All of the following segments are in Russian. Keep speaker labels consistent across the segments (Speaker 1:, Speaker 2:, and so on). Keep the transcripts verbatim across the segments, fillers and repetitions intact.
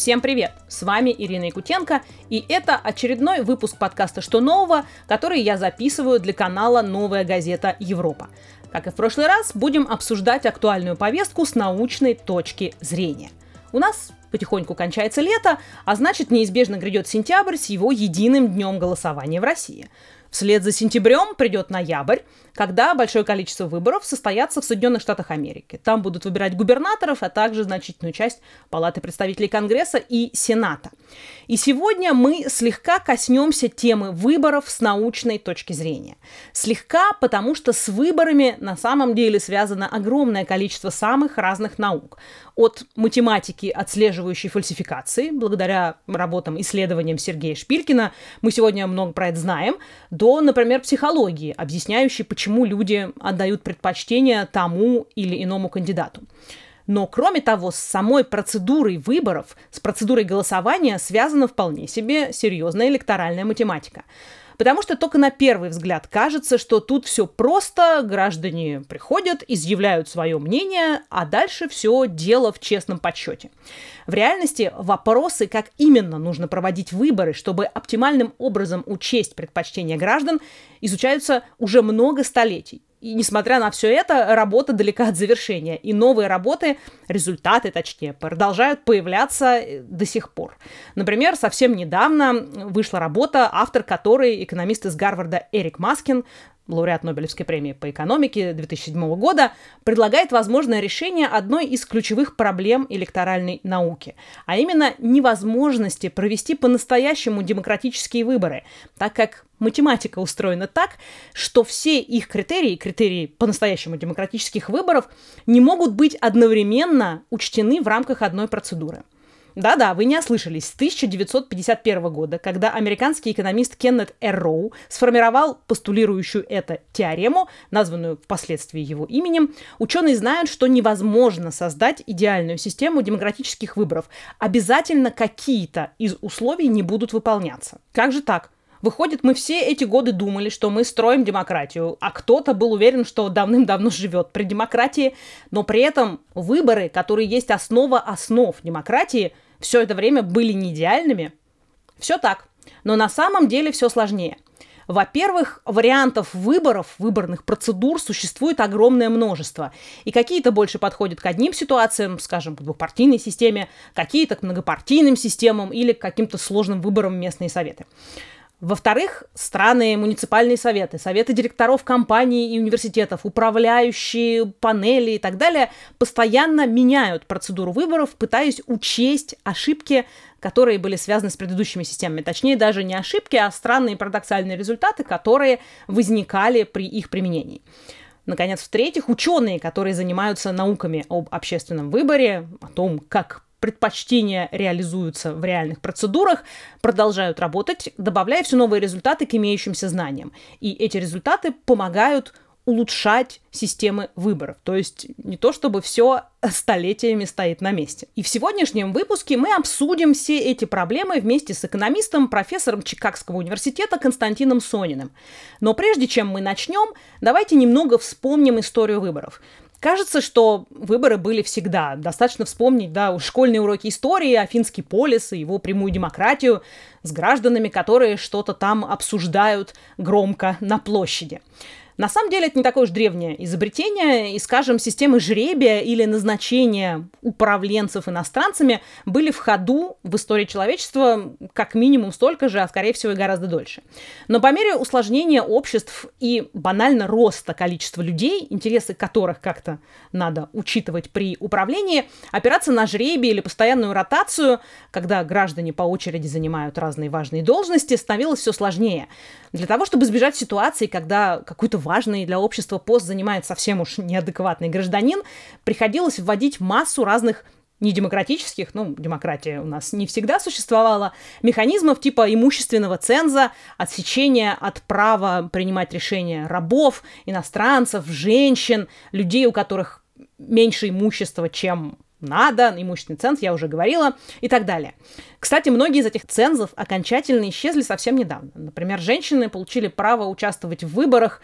Speaker 1: Всем привет! С вами Ирина Якутенко, и это очередной выпуск подкаста «Что нового?», который я записываю для канала «Новая газета Европа». Как и в прошлый раз, будем обсуждать актуальную повестку с научной точки зрения. У нас потихоньку кончается лето, а значит, неизбежно грядет сентябрь с его единым днем голосования в России. Вслед за сентябрем придет ноябрь, когда большое количество выборов состоятся в Соединенных Штатах Америки. Там будут выбирать губернаторов, а также значительную часть Палаты представителей Конгресса и Сената. И сегодня мы слегка коснемся темы выборов с научной точки зрения. Слегка, потому что с выборами на самом деле связано огромное количество самых разных наук. От математики, отслеживающей фальсификации, благодаря работам, исследованиям Сергея Шпилькина, мы сегодня много про это знаем, до, например, психологии, объясняющей, почему люди отдают предпочтение тому или иному кандидату. Но, кроме того, с самой процедурой выборов, с процедурой голосования связана вполне себе серьезная электоральная математика. Потому что только на первый взгляд кажется, что тут все просто, граждане приходят, изъявляют свое мнение, а дальше все дело в честном подсчете. В реальности вопросы, как именно нужно проводить выборы, чтобы оптимальным образом учесть предпочтения граждан, изучаются уже много столетий. И несмотря на все это, работа далека от завершения. И новые работы, результаты точнее, продолжают появляться до сих пор. Например, совсем недавно вышла работа, автор которой экономист из Гарварда Эрик Маскин, лауреат Нобелевской премии по экономике две тысячи седьмого года, предлагает возможное решение одной из ключевых проблем электоральной науки, а именно невозможности провести по-настоящему демократические выборы, так как математика устроена так, что все их критерии, критерии по-настоящему демократических выборов, не могут быть одновременно учтены в рамках одной процедуры. Да-да, вы не ослышались. С тысяча девятьсот пятьдесят первого года, когда американский экономист Кеннет Р. Роу сформировал постулирующую это теорему, названную впоследствии его именем, ученые знают, что невозможно создать идеальную систему демократических выборов. Обязательно какие-то из условий не будут выполняться. Как же так? Выходит, мы все эти годы думали, что мы строим демократию, а кто-то был уверен, что давным-давно живет при демократии, но при этом выборы, которые есть основа основ демократии, все это время были не идеальными. Все так. Но на самом деле все сложнее. Во-первых, вариантов выборов, выборных процедур существует огромное множество. И какие-то больше подходят к одним ситуациям, скажем, к двухпартийной системе, какие-то к многопартийным системам или к каким-то сложным выборам в местные советы. Во-вторых, страны, муниципальные советы, советы директоров компаний и университетов, управляющие панели и так далее постоянно меняют процедуру выборов, пытаясь учесть ошибки, которые были связаны с предыдущими системами. Точнее, даже не ошибки, а странные парадоксальные результаты, которые возникали при их применении. Наконец, в-третьих, ученые, которые занимаются науками об общественном выборе, о том, как предпочтения реализуются в реальных процедурах, продолжают работать, добавляя все новые результаты к имеющимся знаниям. И эти результаты помогают улучшать системы выборов. То есть не то, чтобы все столетиями стоит на месте. И в сегодняшнем выпуске мы обсудим все эти проблемы вместе с экономистом, профессором Чикагского университета Константином Сониным. Но прежде чем мы начнем, давайте немного вспомним историю выборов. Кажется, что выборы были всегда. Достаточно вспомнить, да, школьные уроки истории, Афинский полис и его прямую демократию с гражданами, которые что-то там обсуждают громко на площади. На самом деле это не такое уж древнее изобретение, и, скажем, системы жребия или назначения управленцев иностранцами были в ходу в истории человечества как минимум столько же, а скорее всего и гораздо дольше. Но по мере усложнения обществ и банально роста количества людей, интересы которых как-то надо учитывать при управлении, опираться на жребий или постоянную ротацию, когда граждане по очереди занимают разные важные должности, становилось все сложнее. Для того, чтобы избежать ситуации, когда какой-то важный для общества пост занимает совсем уж неадекватный гражданин, приходилось вводить массу разных недемократических, ну, демократия у нас не всегда существовала, механизмов типа имущественного ценза, отсечения от права принимать решения рабов, иностранцев, женщин, людей, у которых меньше имущества, чем надо, имущественный ценз, я уже говорила, и так далее. Кстати, многие из этих цензов окончательно исчезли совсем недавно. Например, женщины получили право участвовать в выборах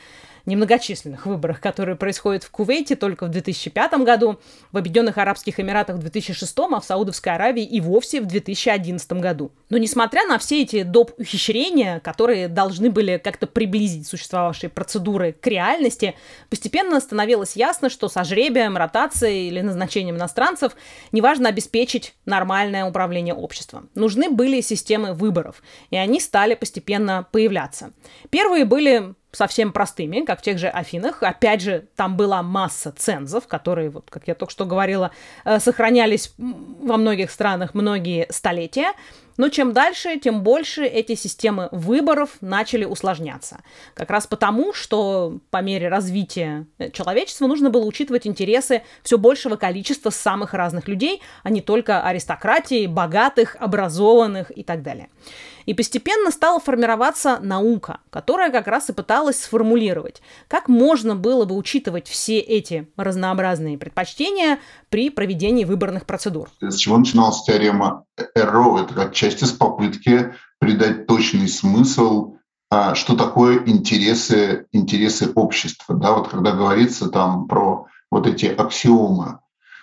Speaker 1: немногочисленных выборах, которые происходят в Кувейте только в две тысячи пятом году, в Объединенных Арабских Эмиратах в две тысячи шестом, а в Саудовской Аравии и вовсе в две тысячи одиннадцатом году. Но несмотря на все эти доп. Ухищрения, которые должны были как-то приблизить существовавшие процедуры к реальности, постепенно становилось ясно, что со жребием, ротацией или назначением иностранцев неважно обеспечить нормальное управление обществом. Нужны были системы выборов, и они стали постепенно появляться. Первые были совсем простыми, как в тех же Афинах. Опять же, там была масса цензов, которые, вот, как я только что говорила, сохранялись во многих странах многие столетия. Но чем дальше, тем больше эти системы выборов начали усложняться. Как раз потому, что по мере развития человечества нужно было учитывать интересы все большего количества самых разных людей, а не только аристократии, богатых, образованных и так далее. И постепенно стала формироваться наука, которая как раз и пыталась сформулировать, как можно было бы учитывать все эти разнообразные предпочтения при проведении выборных процедур.
Speaker 2: С чего начиналась теорема Эрроу? Это отчасти с попытки придать точный смысл, что такое интересы, интересы общества. Да, вот когда говорится там про вот эти аксиомы,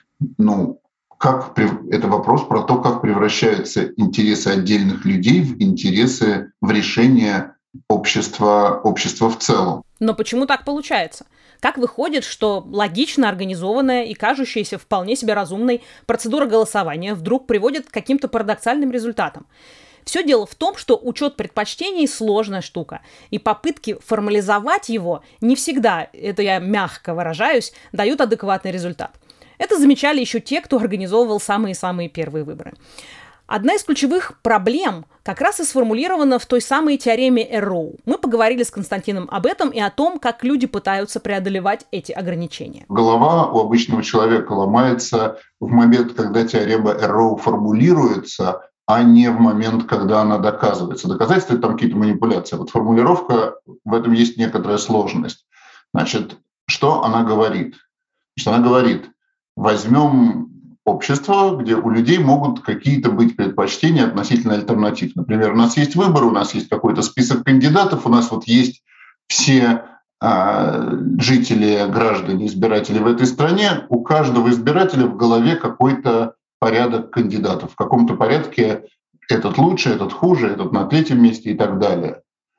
Speaker 2: ну, как, это вопрос про то, как превращаются интересы отдельных людей в интересы, в решение общества, общества в целом.
Speaker 1: Но почему так получается? Как выходит, что логично организованная и кажущаяся вполне себе разумной процедура голосования вдруг приводит к каким-то парадоксальным результатам? Все дело в том, что учет предпочтений – сложная штука, и попытки формализовать его не всегда, это я мягко выражаюсь, дают адекватный результат. Это замечали еще те, кто организовывал самые-самые первые выборы. Одна из ключевых проблем как раз и сформулирована в той самой теореме Эрроу. Мы поговорили с Константином об этом и о том, как люди пытаются преодолевать эти ограничения.
Speaker 2: Голова у обычного человека ломается в момент, когда теорема Эрроу формулируется, а не в момент, когда она доказывается. Доказательства — это там какие-то манипуляции. Вот формулировка, в этом есть некоторая сложность. Значит, что она говорит? Что она говорит: возьмем общество, где у людей могут какие-то быть предпочтения относительно альтернатив. Например, у нас есть выбор, у нас есть какой-то список кандидатов, у нас вот есть все э, жители, граждане, избиратели в этой стране, у каждого избирателя в голове какой-то порядок кандидатов. В каком-то порядке этот лучше, этот хуже, этот на третьем месте и так далее.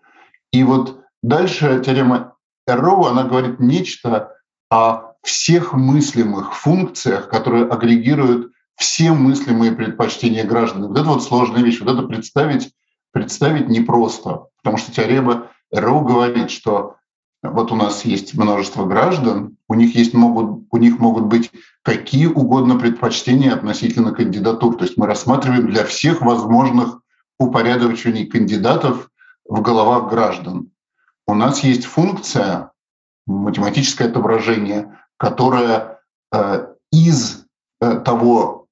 Speaker 2: И вот дальше теорема Эрроу, она говорит нечто о всех мыслимых функциях, которые агрегируют все мыслимые предпочтения граждан. Вот это вот сложная вещь. Вот это представить, представить непросто. Потому что теорема Эрроу говорит, что вот у нас есть множество граждан, у них, есть, могут, у них могут быть какие угодно предпочтения относительно кандидатур. То есть мы рассматриваем для всех возможных упорядочений кандидатов в головах граждан. У нас есть функция, математическое отображение, которое э, из э, того,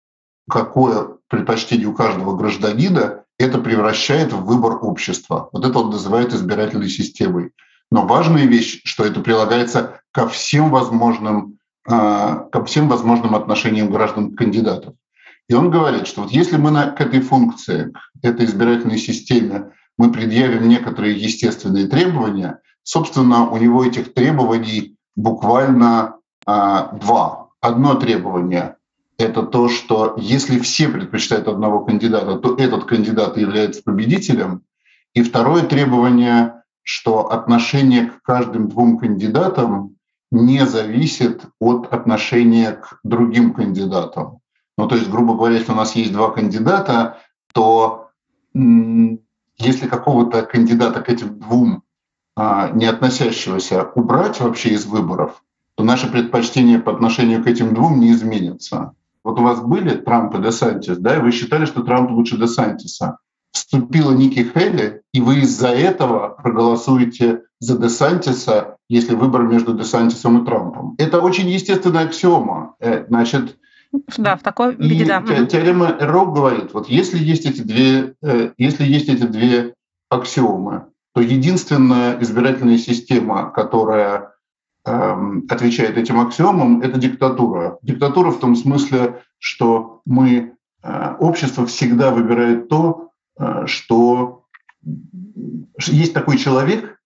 Speaker 2: какое предпочтение у каждого гражданина, это превращает в выбор общества. Вот это он называет избирательной системой. Но важная вещь, что это прилагается ко всем возможным, э, ко всем возможным отношениям граждан к кандидатам. И он говорит, что вот если мы на, к этой функции, к этой избирательной системе, мы предъявим некоторые естественные требования, собственно, у него этих требований буквально а, два. Одно требование — это то, что если все предпочитают одного кандидата, то этот кандидат является победителем. И второе требование, что отношение к каждым двум кандидатам не зависит от отношения к другим кандидатам. Ну, то есть, грубо говоря, если у нас есть два кандидата, то м- если какого-то кандидата к этим двум не относящегося убрать вообще из выборов, то наши предпочтения по отношению к этим двум не изменятся. Вот у вас были Трамп и Десантис, да, и вы считали, что Трамп лучше Десантиса. Вступила Ники Хейли, и вы из-за этого проголосуете за Десантиса, если выбор между Десантисом и Трампом. Это очень естественная аксиома. Значит,
Speaker 1: да, в такой виде, да.
Speaker 2: Теорема Эрроу говорит, вот если есть эти две, если есть эти две аксиомы, то единственная избирательная система, которая э, отвечает этим аксиомам, это диктатура. Диктатура в том смысле, что мы, э, общество всегда выбирает то, э, что есть такой человек,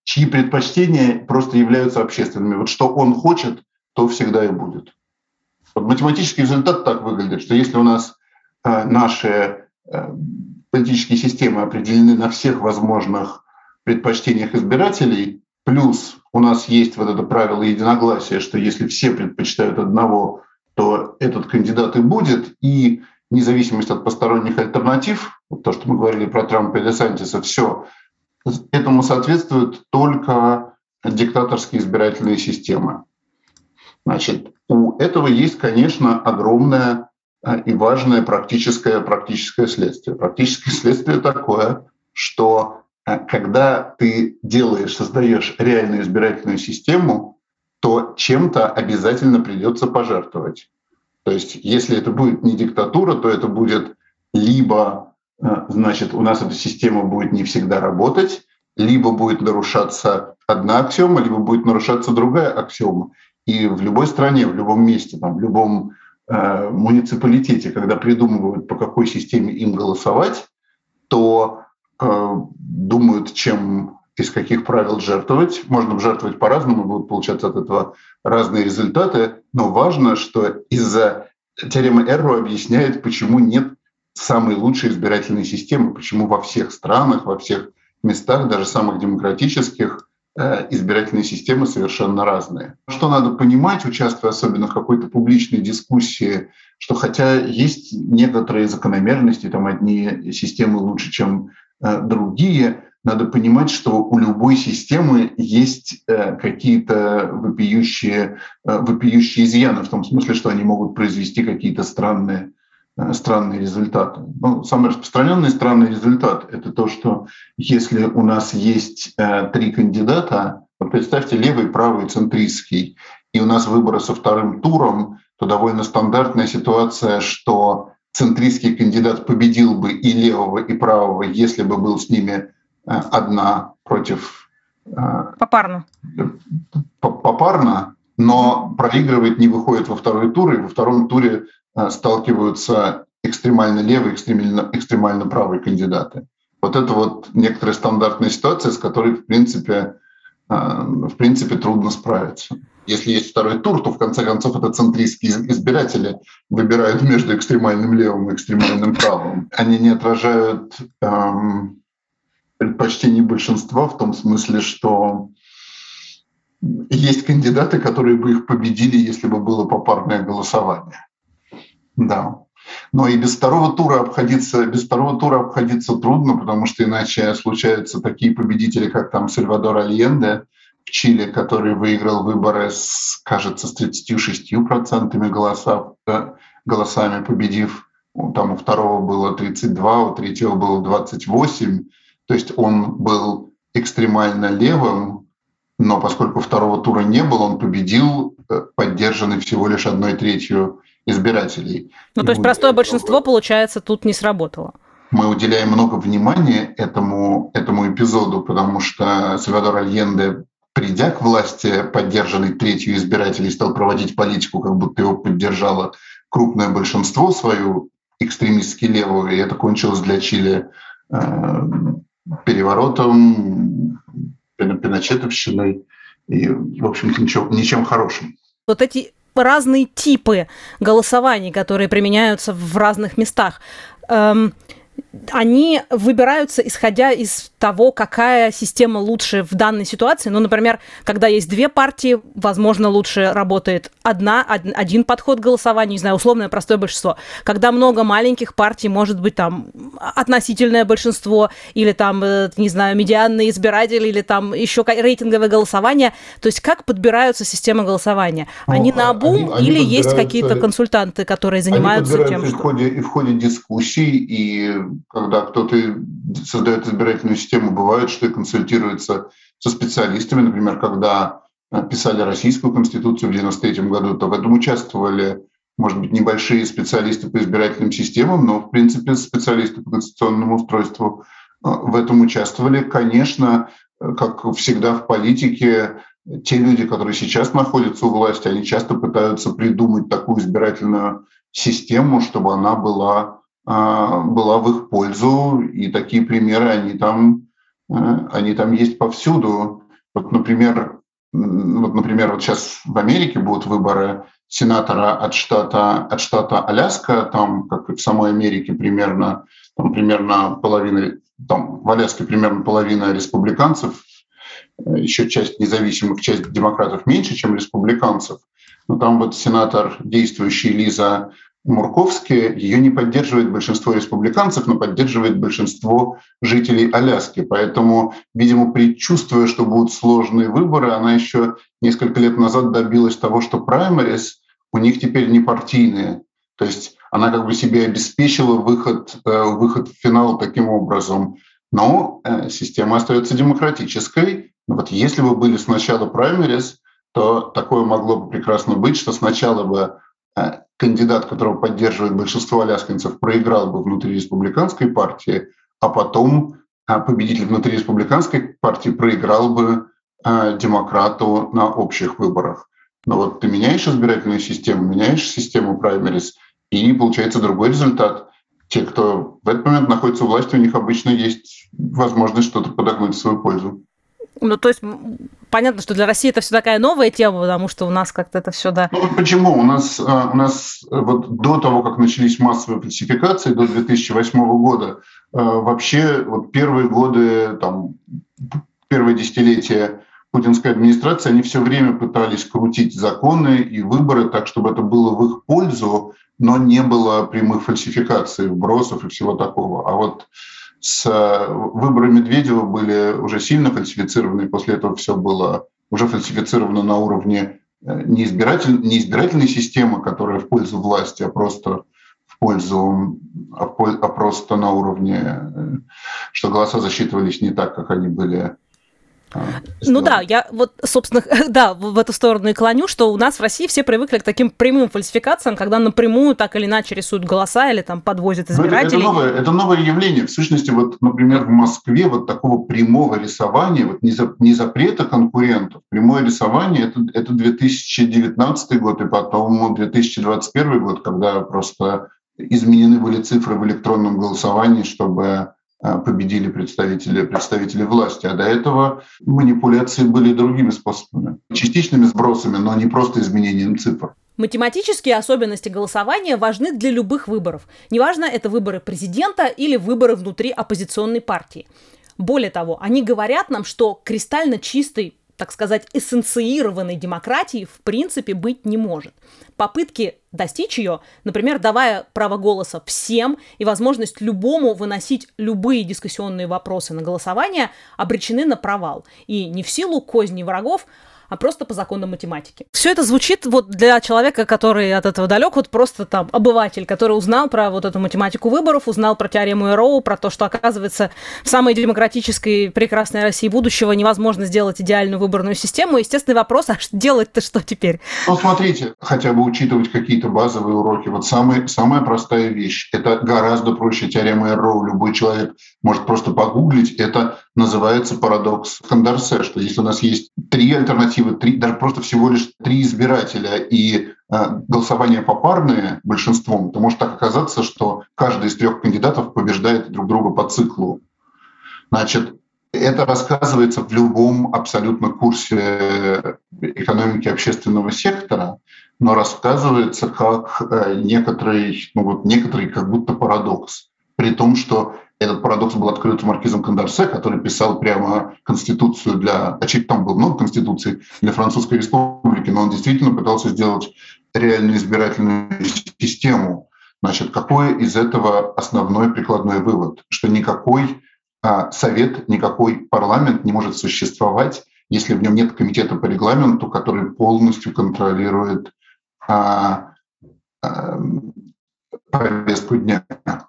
Speaker 2: чьи предпочтения просто являются общественными. Вот что он хочет, то всегда и будет. Вот математический результат так выглядит, что если у нас э, наши э, политические системы определены на всех возможных предпочтениях избирателей, плюс у нас есть вот это правило единогласия, что если все предпочитают одного, то этот кандидат и будет, и независимость от посторонних альтернатив, вот то, что мы говорили про Трампа и Десантиса, все, этому соответствуют только диктаторские избирательные системы. Значит, у этого есть, конечно, огромное и важное практическое, практическое следствие. Практическое следствие такое, что когда ты делаешь, создаешь реальную избирательную систему, то чем-то обязательно придется пожертвовать. То есть если это будет не диктатура, то это будет либо, значит, у нас эта система будет не всегда работать, либо будет нарушаться одна аксиома, либо будет нарушаться другая аксиома. И в любой стране, в любом месте, там, в любом э, муниципалитете, когда придумывают, по какой системе им голосовать, то э, думают, чем из каких правил жертвовать. Можно жертвовать по-разному, будут получаться от этого разные результаты. Но важно, что из-за теоремы Эрро объясняет, почему нет самой лучшей избирательной системы, почему во всех странах, во всех местах, даже самых демократических, избирательные системы совершенно разные. Что надо понимать, участвуя особенно в какой-то публичной дискуссии, что хотя есть некоторые закономерности, там одни системы лучше, чем э, другие, надо понимать, что у любой системы есть э, какие-то вопиющие, э, вопиющие изъяны, в том смысле, что они могут произвести какие-то странные странные результаты. Ну, самый распространенный странный результат — это то, что если у нас есть э, три кандидата, вот представьте левый, правый, центристский, и у нас выборы со вторым туром, то довольно стандартная ситуация, что центристский кандидат победил бы и левого, и правого, если бы был с ними э, одна против... Э,
Speaker 1: попарно.
Speaker 2: Попарно, но проигрывает, не выходит во второй тур, и во втором туре сталкиваются экстремально левые, экстремально, экстремально правые кандидаты. Вот это вот некоторая стандартная ситуация, с которой, в принципе, в принципе, трудно справиться. Если есть второй тур, то, в конце концов, это центристские избиратели выбирают между экстремальным левым и экстремальным правым. Они не отражают эм, предпочтений большинства в том смысле, что есть кандидаты, которые бы их победили, если бы было попарное голосование. Да. Но и без второго тура обходиться, без второго тура обходиться трудно, потому что иначе случаются такие победители, как там Сальвадор Альенде в Чили, который выиграл выборы, с, кажется, с тридцатью шестью процентами голосов, да, голосами победив. Там у второго было тридцать два, у третьего было двадцать восемь. То есть он был экстремально левым, но поскольку второго тура не было, он победил, поддержанный всего лишь одной третью избирателей.
Speaker 1: Ну, то есть простое большинство, получается, тут не сработало.
Speaker 2: Мы уделяем много внимания этому, этому эпизоду, потому что Сальвадор Альенде, придя к власти, поддержанный третью избирателей, стал проводить политику, как будто его поддержало крупное большинство свою, экстремистски левую, и это кончилось для Чили э, переворотом, пиночетовщиной и, в общем-то, ничем, ничем хорошим.
Speaker 1: Вот эти разные типы голосований, которые применяются в разных местах, эм, они выбираются исходя из того, какая система лучше в данной ситуации. Ну, например, когда есть две партии, возможно, лучше работает одна, один подход к голосованию, не знаю, условное простое большинство. Когда много маленьких партий, может быть, там относительное большинство, или там, не знаю, медианные избиратели, или там еще рейтинговое голосование. То есть как подбираются системы голосования? Они ну, наобум они, или они есть какие-то консультанты, которые занимаются тем,
Speaker 2: что... В ходе, и в ходе дискуссий, и когда кто-то создает избирательную систему, бывает, что и консультируется со специалистами. Например, когда писали Российскую Конституцию в девяносто третьем году, то в этом участвовали, может быть, небольшие специалисты по избирательным системам, но, в принципе, специалисты по конституционному устройству в этом участвовали. Конечно, как всегда в политике, те люди, которые сейчас находятся у власти, они часто пытаются придумать такую избирательную систему, чтобы она была была в их пользу, и такие примеры, они там, они там есть повсюду. Вот, например, вот, например, вот сейчас в Америке будут выборы сенатора от штата, от штата Аляска, там, как и в самой Америке, примерно, там, примерно половина, там, в Аляске примерно половина республиканцев, еще часть независимых, часть демократов меньше, чем республиканцев. Но там вот сенатор, действующий Лиза Мурковски, ее не поддерживает большинство республиканцев, но поддерживает большинство жителей Аляски. Поэтому, видимо, предчувствуя, что будут сложные выборы, она еще несколько лет назад добилась того, что праймерис у них теперь не партийные. То есть она как бы себе обеспечила выход, выход в финал таким образом. Но система остается демократической. Вот если бы были сначала праймерис, то такое могло бы прекрасно быть, что сначала бы кандидат, которого поддерживает большинство аляскинцев, проиграл бы внутри республиканской партии, а потом победитель внутри республиканской партии проиграл бы демократу на общих выборах. Но вот ты меняешь избирательную систему, меняешь систему праймерис, и получается другой результат. Те, кто в этот момент находится у власти, у них обычно есть возможность что-то подогнуть в свою пользу.
Speaker 1: Ну, то есть понятно, что для России это все такая новая тема, потому что у нас как-то это все, да.
Speaker 2: Ну вот почему? У нас, у нас вот до того, как начались массовые фальсификации, до две тысячи восьмого года, вообще вот первые годы, там, первое десятилетие путинской администрации, они все время пытались крутить законы и выборы так, чтобы это было в их пользу, но не было прямых фальсификаций, вбросов и всего такого. А вот с выборами Медведева были уже сильно фальсифицированы, и после этого все было уже фальсифицировано на уровне не, избиратель, не избирательной системы, которая в пользу власти, а просто в пользу, а, а просто на уровне, что голоса засчитывались не так, как они были.
Speaker 1: Ну да, я вот, собственно, да, в эту сторону и клоню, что у нас в России все привыкли к таким прямым фальсификациям, когда напрямую так или иначе рисуют голоса или там подвозят избирателей.
Speaker 2: Это, это, новое, это новое явление. В сущности, вот, например, в Москве вот такого прямого рисования, вот не, за, не запрета конкурентов, прямое рисование это, это две тысячи девятнадцатый год и потом две тысячи двадцать первый год, когда просто изменены были цифры в электронном голосовании, чтобы победили представители, представители власти. А до этого манипуляции были другими способами. Частичными сбросами, но не просто изменением цифр.
Speaker 1: Математические особенности голосования важны для любых выборов. Неважно, это выборы президента или выборы внутри оппозиционной партии. Более того, они говорят нам, что кристально чистой, так сказать, эссенциированной демократии в принципе быть не может. Попытки достичь ее, например, давая право голоса всем и возможность любому выносить любые дискуссионные вопросы на голосование, обречены на провал. И не в силу козней врагов, а просто по законам математики. Все это звучит вот для человека, который от этого далек, вот просто там обыватель, который узнал про вот эту математику выборов, узнал про теорему Эроу, про то, что, оказывается, в самой демократической прекрасной России будущего невозможно сделать идеальную выборную систему. Естественный вопрос, а делать-то что теперь?
Speaker 2: Ну, смотрите, хотя бы учитывать какие-то базовые уроки. Вот самый, самая простая вещь. Это гораздо проще теоремы Эроу. Любой человек может просто погуглить. Это называется парадокс Кондорсе, что если у нас есть три альтернативы, три, даже просто всего лишь три избирателя и э, голосование попарное большинством, то может так оказаться, что каждый из трех кандидатов побеждает друг друга по циклу. Значит, это рассказывается в любом абсолютно курсе экономики общественного сектора, но рассказывается как э, некоторый, ну вот некоторый как будто парадокс, при том, что этот парадокс был открыт маркизом Кондорсе, который писал прямо конституцию для... Очевидно, там было много конституций для Французской республики, но он действительно пытался сделать реальную избирательную систему. Значит, какой из этого основной прикладной вывод? Что никакой а, совет, никакой парламент не может существовать, если в нем нет комитета по регламенту, который полностью контролирует а, а, повестку дня.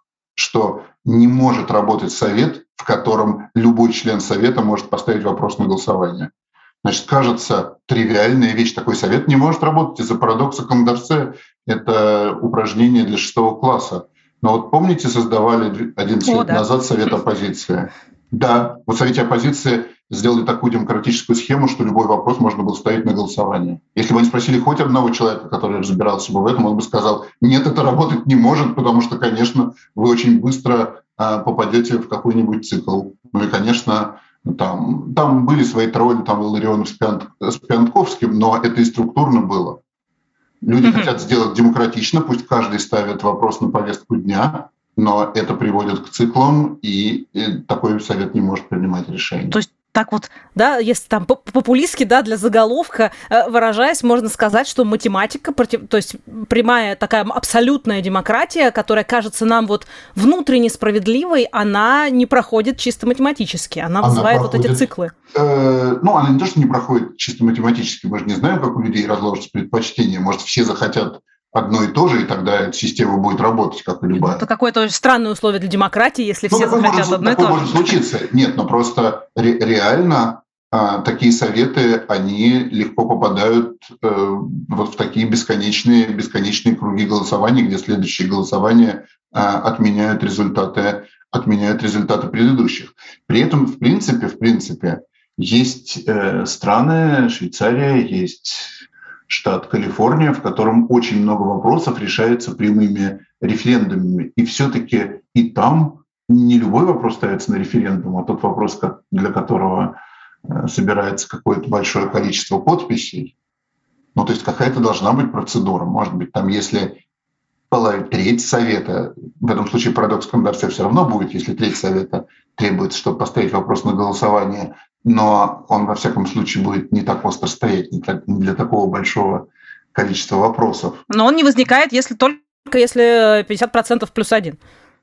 Speaker 2: Что не может работать совет, в котором любой член совета может поставить вопрос на голосование. Значит, кажется, тривиальная вещь. Такой совет не может работать из-за парадокса Кондорсе. Это упражнение для шестого класса. Но вот помните, создавали одиннадцать лет да. назад Совет оппозиции? Да, вот в Совете оппозиции сделали такую демократическую схему, что любой вопрос можно было ставить на голосование. Если бы они спросили хоть одного человека, который разбирался бы в этом, он бы сказал, нет, это работать не может, потому что, конечно, вы очень быстро а, попадете в какой-нибудь цикл. Ну и, конечно, Там, там были свои тролли, там Илларионов с, Пиант, с Пиантковским, но это и структурно было. Люди mm-hmm. хотят сделать демократично, пусть каждый ставит вопрос на повестку дня, но это приводит к циклам, и, и такой совет не может принимать решения.
Speaker 1: То есть так вот, да, если там популистски, да, для заголовка выражаясь, можно сказать, что математика, против, то есть прямая такая абсолютная демократия, которая кажется нам вот внутренне справедливой, она не проходит чисто математически, она, она вызывает проходит, вот эти циклы.
Speaker 2: Э, ну, она не то, что не проходит чисто математически, мы же не знаем, как у людей разложатся предпочтения, может, все захотят одно и то же, и тогда эта система будет работать, как и любая.
Speaker 1: Это какое-то странное условие для демократии, если ну, все захотят
Speaker 2: может,
Speaker 1: одно и то же.
Speaker 2: Такое может случиться. Нет, но просто ре- реально а, такие советы, они легко попадают э, вот в такие бесконечные, бесконечные круги голосования, где следующие голосования а, отменяют результаты, отменяют результаты предыдущих. При этом, в принципе, в принципе, есть э, страны, Швейцария, есть штат Калифорния, в котором очень много вопросов решается прямыми референдумами. И все-таки и там не любой вопрос ставится на референдум, а тот вопрос, для которого собирается какое-то большое количество подписей. Ну, то есть какая-то должна быть процедура. Может быть, там, если треть совета, в этом случае парадокс Кондорсе все равно будет, если треть совета требуется, чтобы поставить вопрос на голосование, но он, во всяком случае, будет не так остро стоять, не для такого большого количества вопросов.
Speaker 1: Но он не возникает, если только если пятьдесят процентов плюс один.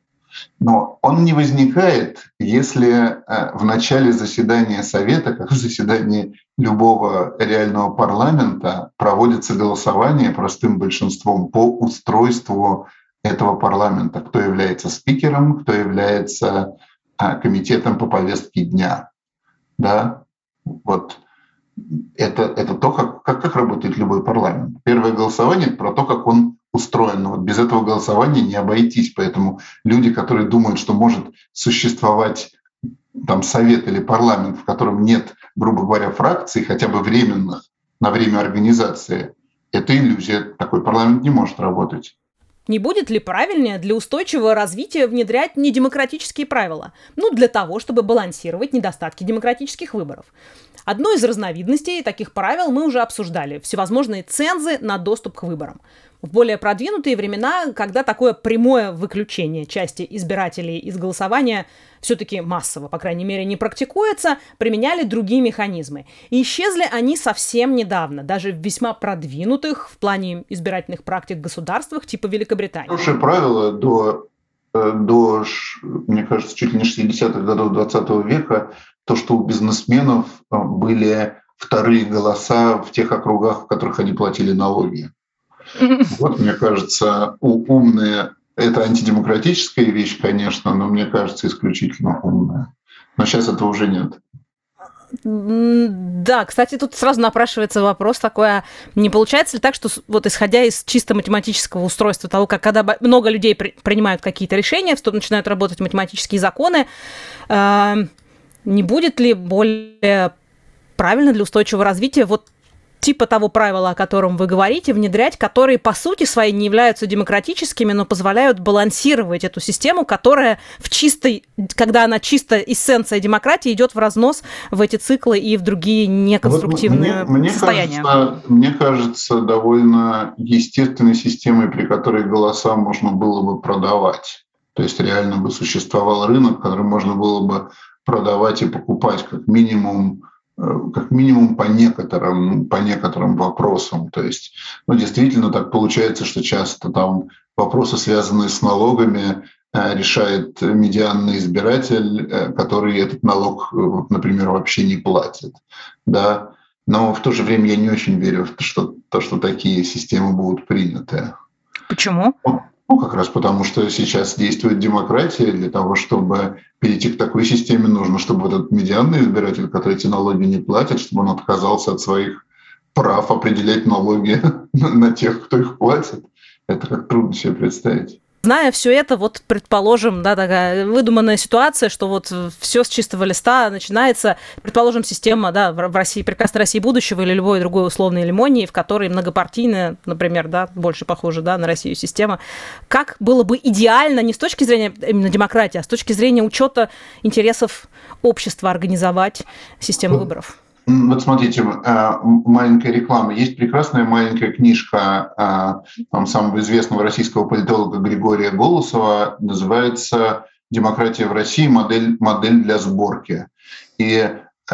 Speaker 2: Но он не возникает, если в начале заседания Совета, как в заседании любого реального парламента, проводится голосование простым большинством по устройству этого парламента, кто является спикером, кто является комитетом по повестке дня. Да? Вот это, это то, как, как, как работает любой парламент. Первое голосование — про то, как он устроен. Но вот без этого голосования не обойтись. Поэтому люди, которые думают, что может существовать там совет или парламент, в котором нет, грубо говоря, фракций, хотя бы временных, на время организации, это иллюзия. Такой парламент не может работать.
Speaker 1: Не будет ли правильнее для устойчивого развития внедрять недемократические правила? Ну, для того, чтобы балансировать недостатки демократических выборов. Одну из разновидностей таких правил мы уже обсуждали – всевозможные цензы на доступ к выборам. В более продвинутые времена, когда такое прямое выключение части избирателей из голосования все-таки массово, по крайней мере, не практикуется, применяли другие механизмы. И исчезли они совсем недавно, даже в весьма продвинутых в плане избирательных практик государствах типа Великобритании.
Speaker 2: Хорошее правило до, до, мне кажется, чуть ли не шестидесятых годов двадцатого века, то, что у бизнесменов были вторые голоса в тех округах, в которых они платили налоги. Вот, мне кажется, умные. Это антидемократическая вещь, конечно, но мне кажется, исключительно умная. Но сейчас этого уже нет.
Speaker 1: Да, кстати, тут сразу напрашивается вопрос такой, а не получается ли так, что вот исходя из чисто математического устройства того, как когда много людей при, принимают какие-то решения, что начинают работать математические законы, э, не будет ли более правильно для устойчивого развития вот типа того правила, о котором вы говорите, внедрять, которые по сути своей не являются демократическими, но позволяют балансировать эту систему, которая в чистой, когда она чисто эссенция демократии, идет в разнос в эти циклы и в другие неконструктивные
Speaker 2: вот мне,
Speaker 1: состояния.
Speaker 2: Мне кажется, мне кажется, довольно естественной системой, при которой голоса можно было бы продавать. То есть реально бы существовал рынок, который можно было бы продавать и покупать как минимум как минимум по некоторым, по некоторым вопросам. То есть, ну, действительно так получается, что часто там вопросы, связанные с налогами, решает медианный избиратель, который этот налог, например, вообще не платит. Да? Но в то же время я не очень верю в то, что, то, что такие системы будут приняты.
Speaker 1: Почему?
Speaker 2: Ну, как раз потому, что сейчас действует демократия. Для того, чтобы перейти к такой системе, нужно, чтобы вот этот медианный избиратель, который эти налоги не платит, чтобы он отказался от своих прав определять налоги на тех, кто их платит. Это как трудно себе представить.
Speaker 1: Зная все это, вот, предположим, да, такая выдуманная ситуация, что вот все с чистого листа начинается, предположим, система, да, в России, прекрасной России будущего или любой другой условной лимонии, в которой многопартийная, например, да, больше похожа, да, на Россию система. Как было бы идеально не с точки зрения именно демократии, а с точки зрения учета интересов общества организовать систему выборов?
Speaker 2: Вот смотрите, маленькая реклама. Есть прекрасная маленькая книжка там, самого известного российского политолога Григория Голосова, называется «Демократия в России. Модель, модель для сборки». И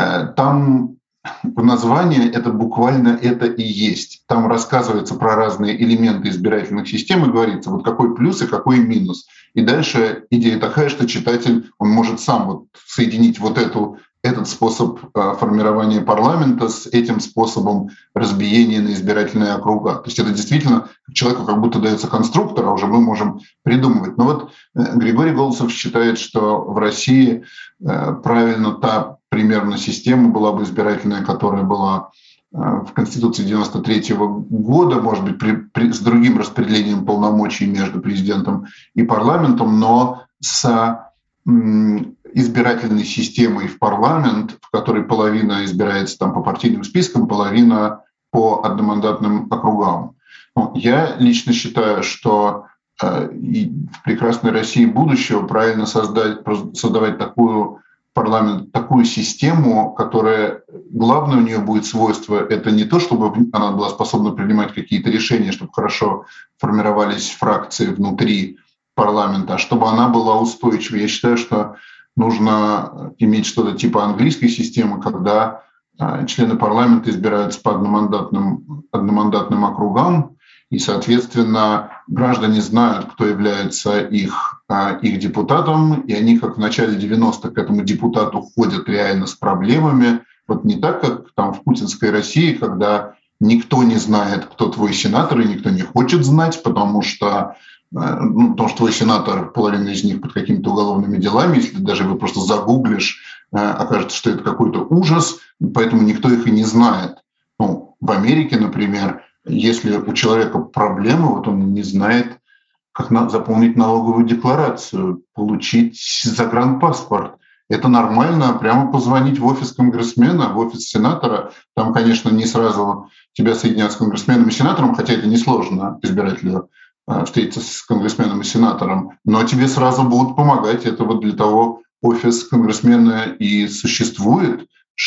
Speaker 2: там в названии это буквально это и есть. Там рассказывается про разные элементы избирательных систем и говорится, вот какой плюс и какой минус. И дальше идея такая, что читатель, он может сам вот соединить вот эту этот способ формирования парламента с этим способом разбиения на избирательные округа. То есть это действительно человеку как будто дается конструктор, а уже мы можем придумывать. Но вот Григорий Голосов считает, что в России правильно та примерно система была бы избирательная, которая была в Конституции девяносто третьего года, может быть, при, при, с другим распределением полномочий между президентом и парламентом, но с избирательной системой в парламент, в которой половина избирается там по партийным спискам, половина по одномандатным округам. Ну, я лично считаю, что э, в прекрасной России будущего правильно создать, создавать такую парламент, такую систему, которая, главное у нее будет свойство, это не то, чтобы она была способна принимать какие-то решения, чтобы хорошо формировались фракции внутри парламента, а чтобы она была устойчивой. Я считаю, что нужно иметь что-то типа английской системы, когда члены парламента избираются по одномандатным, одномандатным округам, и, соответственно, граждане знают, кто является их, их депутатом, и они, как в начале девяностых, к этому депутату ходят реально с проблемами. Вот не так, как там в путинской России, когда никто не знает, кто твой сенатор, и никто не хочет знать, потому что Ну, потому что твой сенатор, половина из них под какими-то уголовными делами, если даже вы просто загуглишь, окажется, что это какой-то ужас, поэтому никто их и не знает. Ну, в Америке, например, если у человека проблемы, вот он не знает, как заполнить налоговую декларацию, получить загранпаспорт. Это нормально, прямо позвонить в офис конгрессмена, в офис сенатора. Там, конечно, не сразу тебя соединят с конгрессменом и сенатором, хотя это несложно избирателю встретиться с конгрессменом и сенатором, но тебе сразу будут помогать. Это вот для того офис конгрессмена и существует,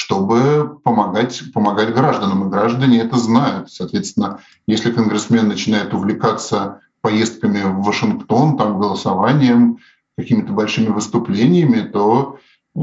Speaker 2: чтобы помогать, помогать гражданам. И граждане это знают. Соответственно, если конгрессмен начинает увлекаться поездками в Вашингтон, там, голосованием, какими-то большими выступлениями, то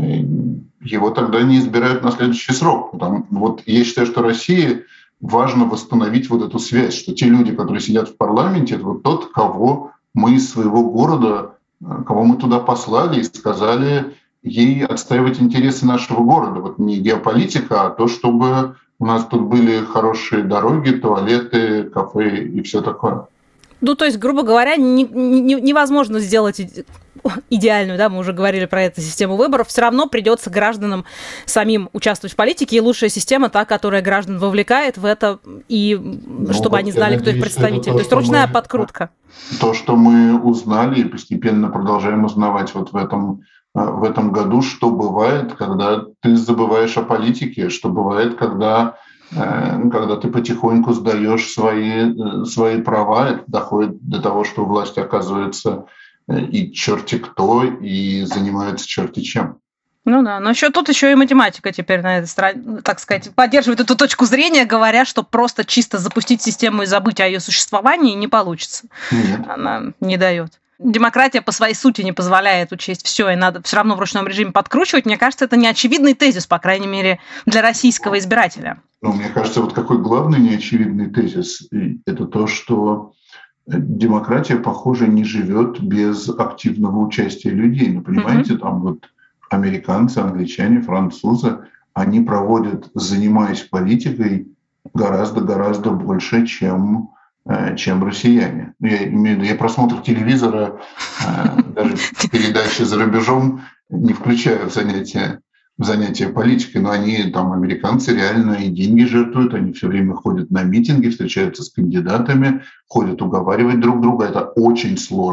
Speaker 2: его тогда не избирают на следующий срок. Потому, вот я считаю, что Россия важно восстановить вот эту связь, что те люди, которые сидят в парламенте, это вот тот, кого мы из своего города, кого мы туда послали и сказали ей отстаивать интересы нашего города. Вот не геополитика, а то, чтобы у нас тут были хорошие дороги, туалеты, кафе и все такое.
Speaker 1: Ну, то есть, грубо говоря, не, не, невозможно сделать идеальную, да, мы уже говорили про эту систему выборов, все равно придется гражданам самим участвовать в политике, и лучшая система та, которая граждан вовлекает в это, и ну, чтобы вот они знали, кто их представитель. То, то есть ручная мы, подкрутка.
Speaker 2: То, что мы узнали и постепенно продолжаем узнавать вот в этом, в этом году, что бывает, когда ты забываешь о политике, что бывает, когда когда ты потихоньку сдаешь свои, свои права, это доходит до того, что у власти оказывается и черти кто, и занимаются черти чем.
Speaker 1: Ну да, но еще тут еще и математика теперь на этой стороне, так сказать, поддерживает эту точку зрения, говоря, что просто чисто запустить систему и забыть о ее существовании не получится.
Speaker 2: Нет.
Speaker 1: Она не дает. Демократия по своей сути не позволяет учесть все, и надо все равно в ручном режиме подкручивать. Мне кажется, это неочевидный тезис, по крайней мере, для российского избирателя.
Speaker 2: Ну, мне кажется, вот какой главный неочевидный тезис – это то, что демократия, похоже, не живет без активного участия людей. Ну, понимаете, mm-hmm. там вот американцы, англичане, французы, они проводят, занимаясь политикой, гораздо-гораздо больше, чем, чем россияне. Я имею в виду, я просмотр телевизора, даже передачи за рубежом не включаю в занятия. в занятия политикой, но они, там, американцы реально и деньги жертвуют, они все время ходят на митинги, встречаются с кандидатами, ходят уговаривать друг друга. Это очень сложно.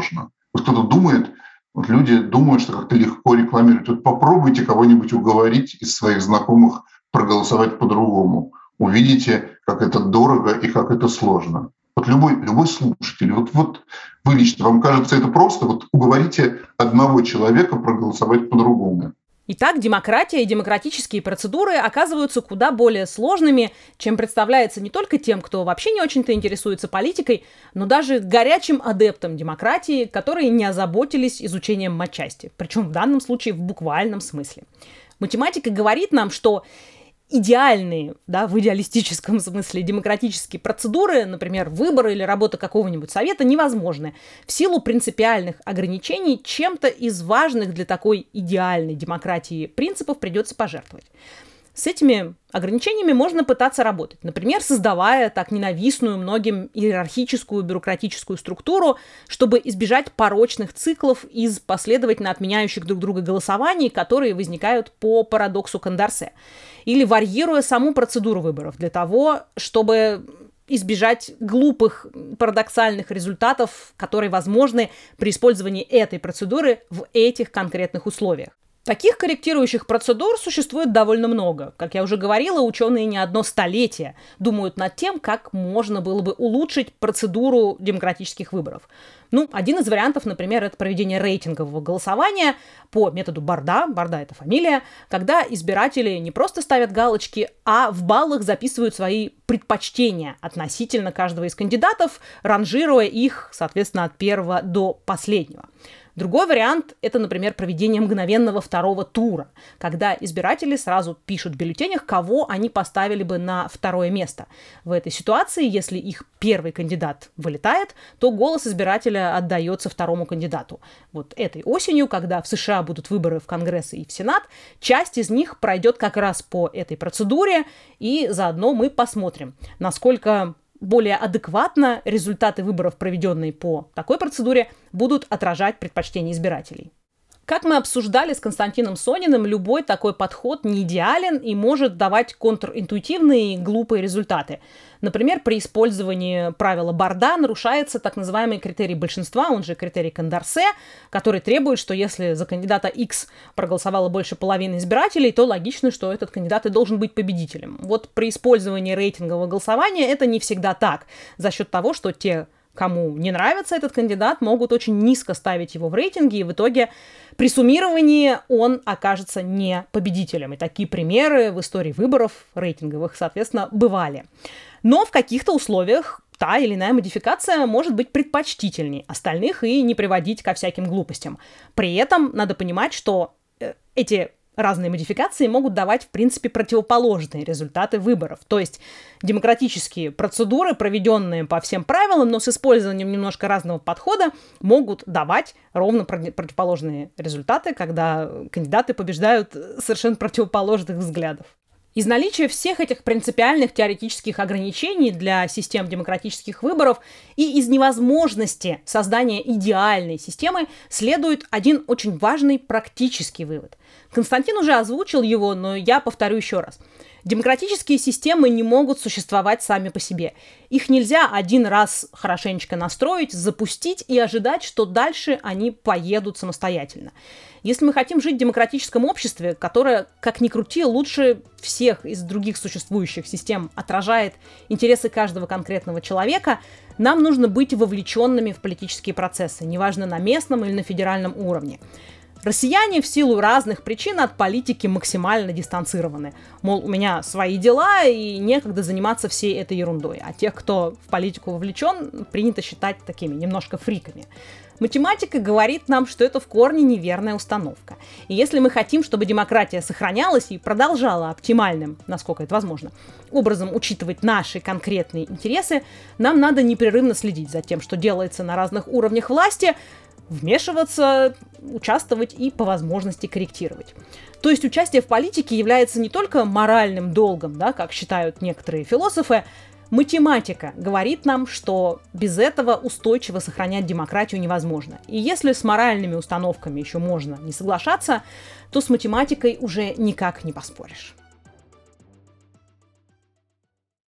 Speaker 2: Вот кто-то думает, вот люди думают, что как-то легко рекламировать. Вот попробуйте кого-нибудь уговорить из своих знакомых проголосовать по-другому. Увидите, как это дорого и как это сложно. Вот любой, любой слушатель, вот, вот вы лично, вам кажется это просто, вот уговорите одного человека проголосовать по-другому.
Speaker 1: Итак, демократия и демократические процедуры оказываются куда более сложными, чем представляется не только тем, кто вообще не очень-то интересуется политикой, но даже горячим адептам демократии, которые не озаботились изучением матчасти, причем в данном случае в буквальном смысле. Математика говорит нам, что идеальные, да, в идеалистическом смысле демократические процедуры, например, выборы или работа какого-нибудь совета, невозможны в силу принципиальных ограничений. Чем-то из важных для такой идеальной демократии принципов придется пожертвовать. С этими ограничениями можно пытаться работать, например, создавая так ненавистную многим иерархическую бюрократическую структуру, чтобы избежать порочных циклов из последовательно отменяющих друг друга голосований, которые возникают по парадоксу Кондорсе, или варьируя саму процедуру выборов для того, чтобы избежать глупых парадоксальных результатов, которые возможны при использовании этой процедуры в этих конкретных условиях. Таких корректирующих процедур существует довольно много. Как я уже говорила, ученые не одно столетие думают над тем, как можно было бы улучшить процедуру демократических выборов. Ну, один из вариантов, например, это проведение рейтингового голосования по методу Борда, Борда – это фамилия, когда избиратели не просто ставят галочки, а в баллах записывают свои предпочтения относительно каждого из кандидатов, ранжируя их, соответственно, от первого до последнего. Другой вариант – это, например, проведение мгновенного второго тура, когда избиратели сразу пишут в бюллетенях, кого они поставили бы на второе место. В этой ситуации, если их первый кандидат вылетает, то голос избирателя отдается второму кандидату. Вот этой осенью, когда в США будут выборы в Конгресс и в Сенат, часть из них пройдет как раз по этой процедуре, и заодно мы посмотрим, насколько более адекватно результаты выборов, проведенные по такой процедуре, будут отражать предпочтения избирателей. Как мы обсуждали с Константином Сониным, любой такой подход не идеален и может давать контринтуитивные и глупые результаты. Например, при использовании правила Борда нарушается так называемый критерий большинства, он же критерий Кондорсе, который требует, что если за кандидата X проголосовало больше половины избирателей, то логично, что этот кандидат и должен быть победителем. Вот при использовании рейтингового голосования это не всегда так, за счет того, что те, кому не нравится этот кандидат, могут очень низко ставить его в рейтинге, и в итоге при суммировании он окажется не победителем. И такие примеры в истории выборов рейтинговых, соответственно, бывали. Но в каких-то условиях та или иная модификация может быть предпочтительней остальных и не приводить ко всяким глупостям. При этом надо понимать, что эти разные модификации могут давать, в принципе, противоположные результаты выборов. То есть демократические процедуры, проведенные по всем правилам, но с использованием немножко разного подхода, могут давать ровно противоположные результаты, когда кандидаты побеждают совершенно противоположных взглядов. Из наличия всех этих принципиальных теоретических ограничений для систем демократических выборов и из невозможности создания идеальной системы следует один очень важный практический вывод. Константин уже озвучил его, но я повторю еще раз. Демократические системы не могут существовать сами по себе. Их нельзя один раз хорошенечко настроить, запустить и ожидать, что дальше они поедут самостоятельно. Если мы хотим жить в демократическом обществе, которое, как ни крути, лучше всех из других существующих систем отражает интересы каждого конкретного человека, нам нужно быть вовлеченными в политические процессы, неважно на местном или на федеральном уровне. Россияне в силу разных причин от политики максимально дистанцированы. Мол, у меня свои дела и некогда заниматься всей этой ерундой. А тех, кто в политику вовлечен, принято считать такими немножко фриками. Математика говорит нам, что это в корне неверная установка. И если мы хотим, чтобы демократия сохранялась и продолжала оптимальным, насколько это возможно, образом учитывать наши конкретные интересы, нам надо непрерывно следить за тем, что делается на разных уровнях власти, вмешиваться, участвовать и по возможности корректировать. То есть участие в политике является не только моральным долгом, да, как считают некоторые философы. Математика говорит нам, что без этого устойчиво сохранять демократию невозможно. И если с моральными установками еще можно не соглашаться, то с математикой уже никак не поспоришь.